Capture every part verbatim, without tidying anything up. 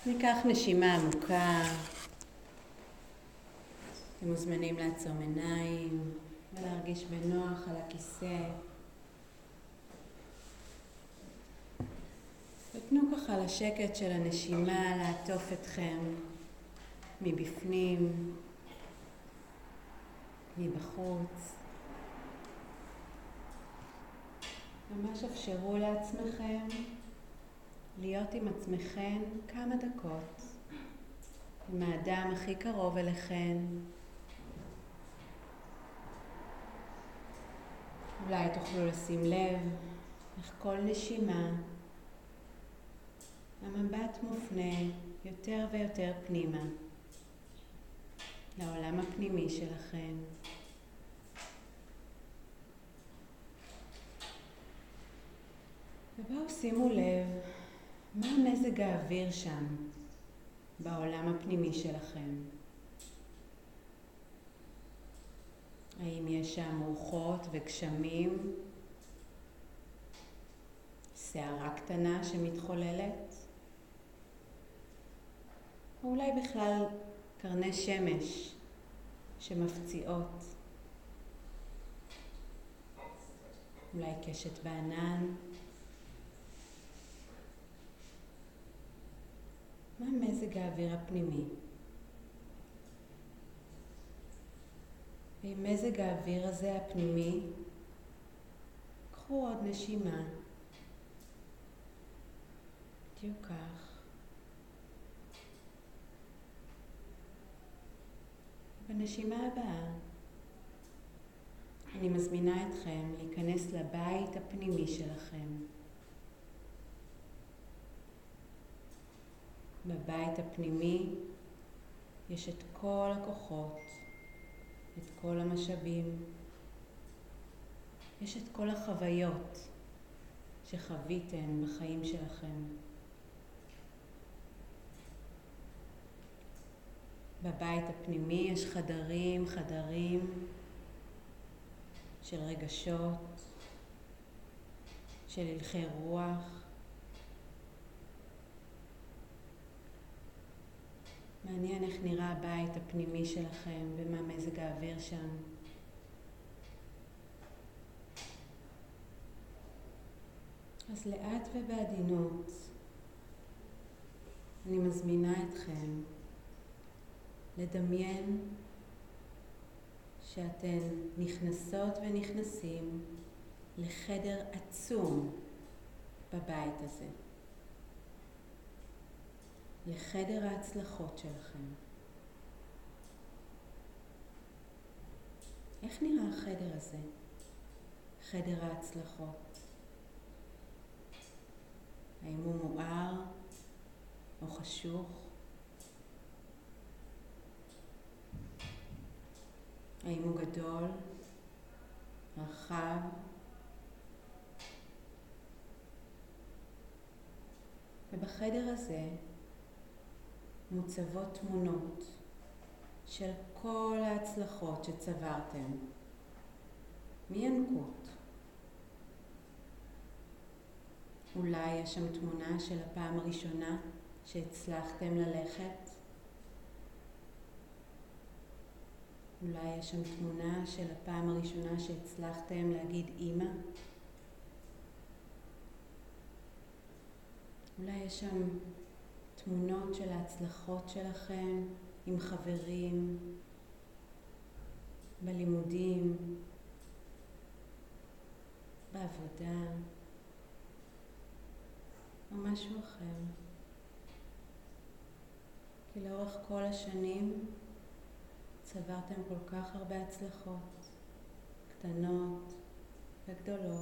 ניקח נשימה עמוקה. אתם מוזמנים לעצום עיניים ולהרגיש בנוח על הכיסא. ותנו ככה לשקט של הנשימה לעטוף אתכם מבפנים, מבחוץ. ממש אפשרו לעצמכם להיות עם עצמכם כמה דקות, עם האדם הכי קרוב אליכם. אולי תוכלו לשים לב איך כל נשימה המבט מופנה יותר ויותר פנימה, לעולם הפנימי שלכם. ובואו שימו לב מה מזג האוויר שם בעולם הפנימי שלכם. האם יש שם רוחות וגשמים, סערה קטנה שמתחוללת, או אולי בכלל קרני שמש שמפציעות, אולי קשת בענן. מה מזג האוויר הפנימי? ועם מזג האוויר הזה הפנימי, קחו עוד נשימה. בדיוק כך. בנשימה הבאה, אני מזמינה אתכם להיכנס לבית הפנימי שלכם. בבית הפנימי יש את כל הכוחות, את כל המשאבים, יש את כל החוויות שחוויתם בחיים שלכם. בבית הפנימי יש חדרים, חדרים של רגשות, של הלכי רוח. מעניין איך נראה הבית הפנימי שלכם ומה מזג האוויר שם. אז לאט ובעדינות אני מזמינה אתכם לדמיין שאתן נכנסות ונכנסים לחדר עצום בבית הזה. לחדר ההצלחות שלכם. איך נראה החדר הזה? חדר ההצלחות. האם הוא מואר או חשוך? האם הוא גדול, רחב? ובחדר הזה מוצבות תמונות של כל ההצלחות שצברתם מינקות. אולי יש שם תמונה של הפעם הראשונה שהצלחתם ללכת. אולי יש שם תמונה של הפעם הראשונה שהצלחתם להגיד אמא. אולי יש שם תמונות של ההצלחות שלכם עם חברים, בלימודים, בעבודה, או משהו אחר. כי לאורך כל השנים צברתם כל כך הרבה הצלחות, קטנות וגדולות.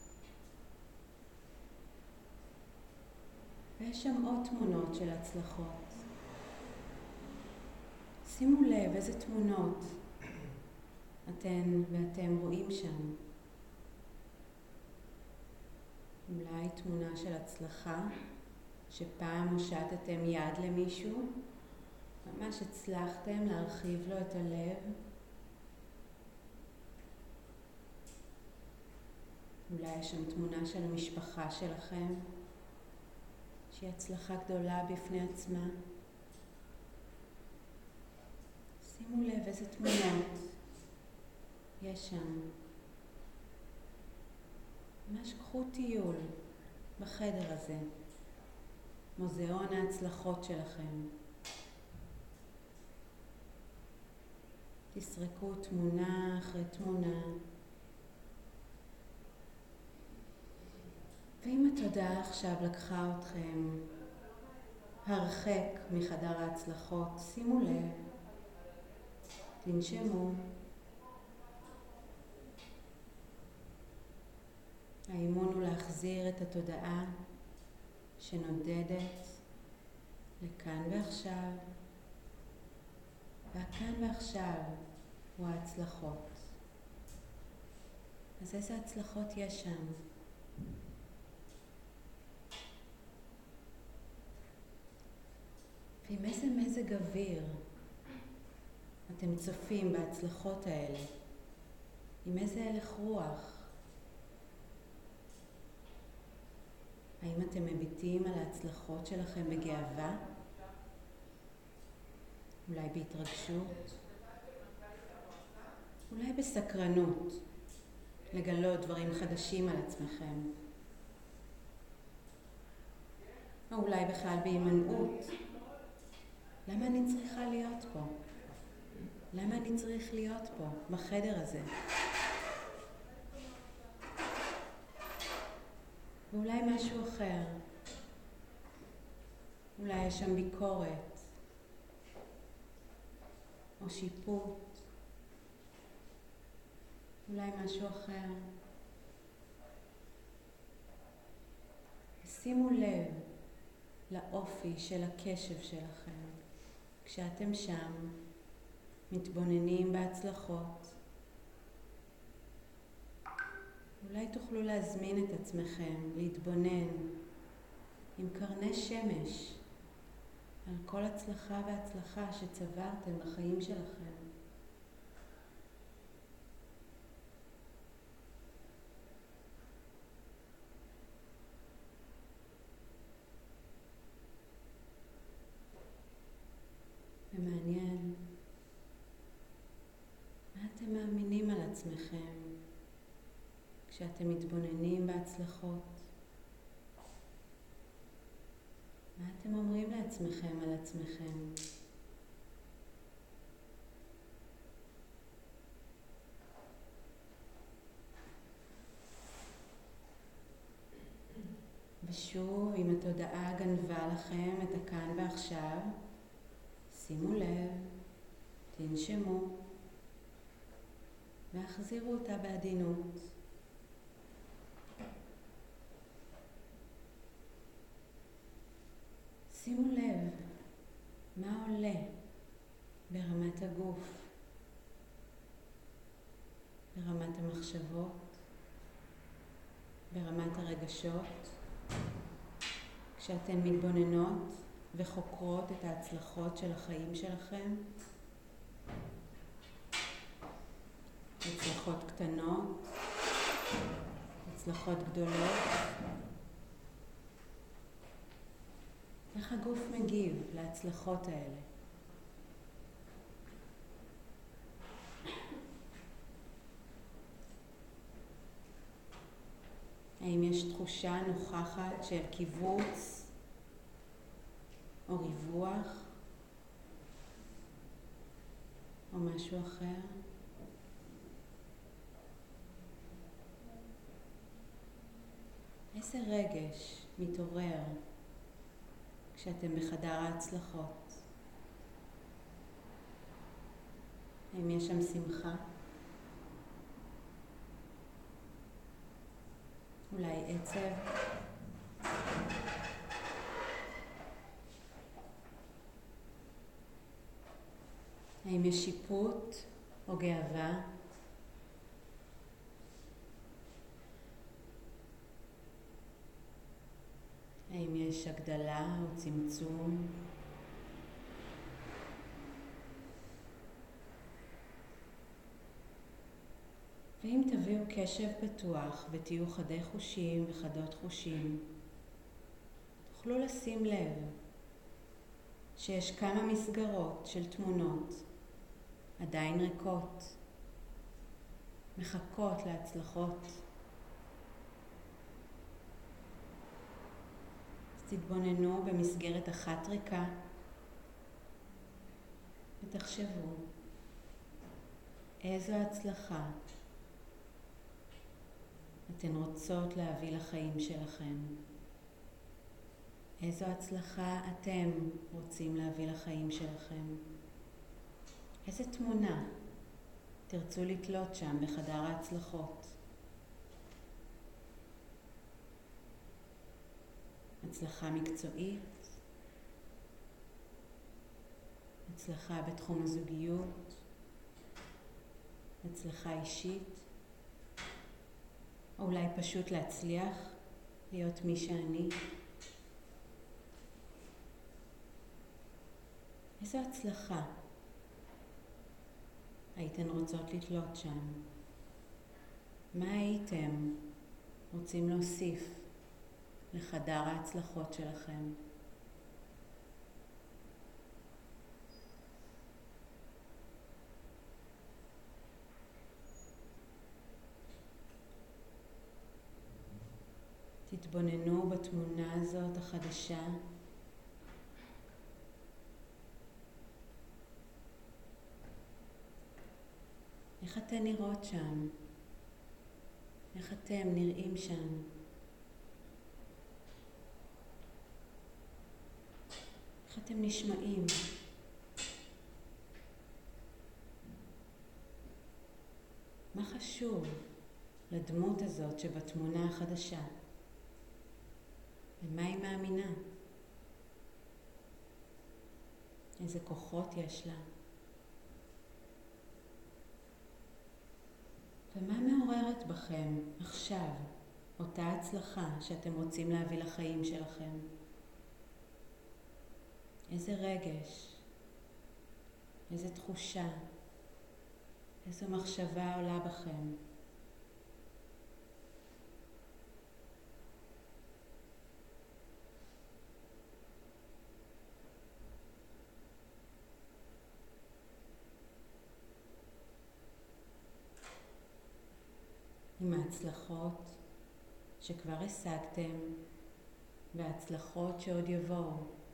ויש שם עוד תמונות של הצלחות. שימו לב איזה תמונות אתן ואתם רואים שם. אולי תמונה של הצלחה, שפעם הושטתם יד למישהו, ממש הצלחתם להרחיב לו את הלב. אולי יש שם תמונה של המשפחה שלכם, שהיא הצלחה גדולה בפני עצמה. שימו לב איזה תמונות יש שם. ממש קחו טיול בחדר הזה, מוזיאון ההצלחות שלכם. תסרקו תמונה אחרי תמונה. ואם התודעה עכשיו לקחה אתכם הרחק מחדר ההצלחות, שימו לב, תנשמו. האימון הוא להחזיר את התודעה שנודדת לכאן ועכשיו, והכאן ועכשיו הוא ההצלחות. אז איזה הצלחות יש שם? ועם איזה מזג אוויר אתם צופים בהצלחות האלה? עם איזה הלך רוח? האם אתם מביטים על ההצלחות שלכם בגאווה? אולי בהתרגשות? אולי בסקרנות לגלות דברים חדשים על עצמכם? או אולי בכלל בהימנעות? למה אני צריכה להיות פה? למה אני צריך להיות פה, בחדר הזה? ואולי משהו אחר. אולי יש שם ביקורת, או שיפוט. אולי משהו אחר. שימו לב לאופי של הקשב שלכם. כשאתם שם, מתבוננים בהצלחות, אולי תוכלו להזמין את עצמכם להתבונן עם קרני שמש על כל הצלחה והצלחה שצברתם בחיים שלכם. ומעניין, מה אתם מאמינים על עצמכם כשאתם מתבוננים בהצלחות? מה אתם אומרים לעצמכם על עצמכם? ושוב, אם התודעה גנבה לכם את הכאן ועכשיו, שימו לב, תנשמו, והחזירו אותה בעדינות. שימו לב מה עולה ברמת הגוף, ברמת המחשבות, ברמת הרגשות, כשאתן מתבוננות וחוקרות את ההצלחות של החיים שלכם. הצלחות קטנות, הצלחות גדולות. איך הגוף מגיב להצלחות האלה? האם יש תחושה נוכחת של קיבוץ או ריווח או משהו אחר? איזה רגש מתעורר כשאתם בחדר ההצלחות? האם יש שם שמחה? אולי עצב? האם יש שיפוט או גאווה? האם יש הגדלה או צמצום? ואם תביאו קשב פתוח ותהיו חדי חושים וחדות חושים, תוכלו לשים לב שיש כמה מסגרות של תמונות עדיין ריקות, מחכות להצלחות. אז תתבוננו במסגרת אחת ריקה ותחשבו איזו הצלחה אתן רוצות להביא לחיים שלכם. איזו הצלחה אתם רוצים להביא לחיים שלכם. איזו תמונה תרצו לתלות שם בחדר ההצלחות. הצלחה מקצועית, הצלחה בתחום הזוגיות, הצלחה אישית, או אולי פשוט להצליח להיות מי שאני. איזו הצלחה הייתן רוצות לתלות שם? מה הייתם רוצים להוסיף לחדר ההצלחות שלכם? תתבוננו בתמונה הזאת החדשה. איך אתן נראות שם? איך אתם נראים שם? איך אתם נשמעים? מה חשוב לדמות הזאת שבתמונה החדשה? במה היא מאמינה? איזה כוחות יש לה? ומה מעוררת בכם עכשיו אותה הצלחה שאתם רוצים להביא לחיים שלכם? איזה רגש, איזה תחושה, איזו מחשבה עולה בכם? עם ההצלחות שכבר השגתם וההצלחות שעוד יבואו,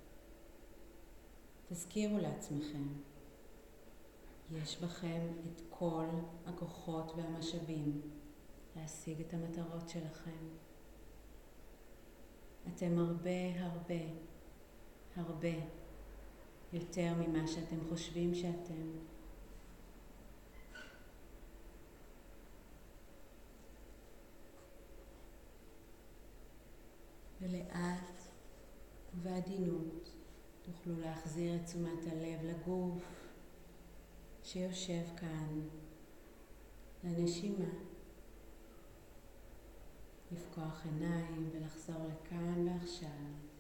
תזכירו לעצמכם, יש בכם את כל הכוחות והמשאבים להשיג את המטרות שלכם. אתם הרבה הרבה הרבה יותר ממה שאתם חושבים שאתם. ולאט ובעדינות תוכלו להחזיר את תשומת הלב לגוף שיושב כאן, לנשימה, לפקוח עיניים ולחזור לכאן ועכשיו.